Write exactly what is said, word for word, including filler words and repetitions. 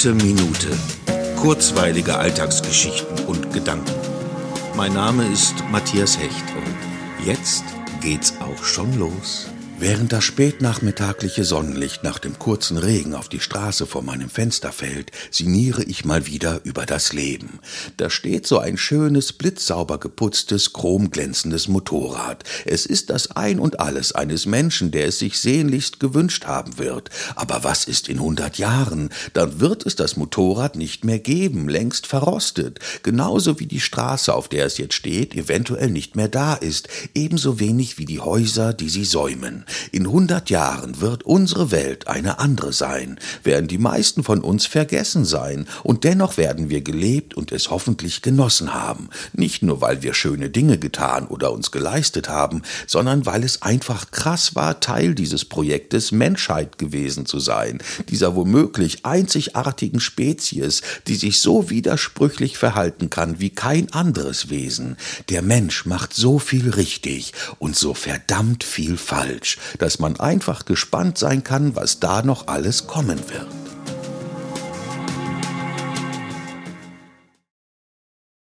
Gute Minute. Kurzweilige Alltagsgeschichten und Gedanken. Mein Name ist Matthias Hecht und jetzt geht's auch schon los. Während das spätnachmittagliche Sonnenlicht nach dem kurzen Regen auf die Straße vor meinem Fenster fällt, sinniere ich mal wieder über das Leben. Da steht so ein schönes, blitzsauber geputztes, chromglänzendes Motorrad. Es ist das Ein und Alles eines Menschen, der es sich sehnlichst gewünscht haben wird. Aber was ist in hundert Jahren? Dann wird es das Motorrad nicht mehr geben, längst verrostet. Genauso wie die Straße, auf der es jetzt steht, eventuell nicht mehr da ist. Ebenso wenig wie die Häuser, die sie säumen. In hundert Jahren wird unsere Welt eine andere sein, werden die meisten von uns vergessen sein, und dennoch werden wir gelebt und es hoffentlich genossen haben. Nicht nur, weil wir schöne Dinge getan oder uns geleistet haben, sondern weil es einfach krass war, Teil dieses Projektes Menschheit gewesen zu sein, dieser womöglich einzigartigen Spezies, die sich so widersprüchlich verhalten kann wie kein anderes Wesen. Der Mensch macht so viel richtig und so verdammt viel falsch, dass man einfach gespannt sein kann, was da noch alles kommen wird.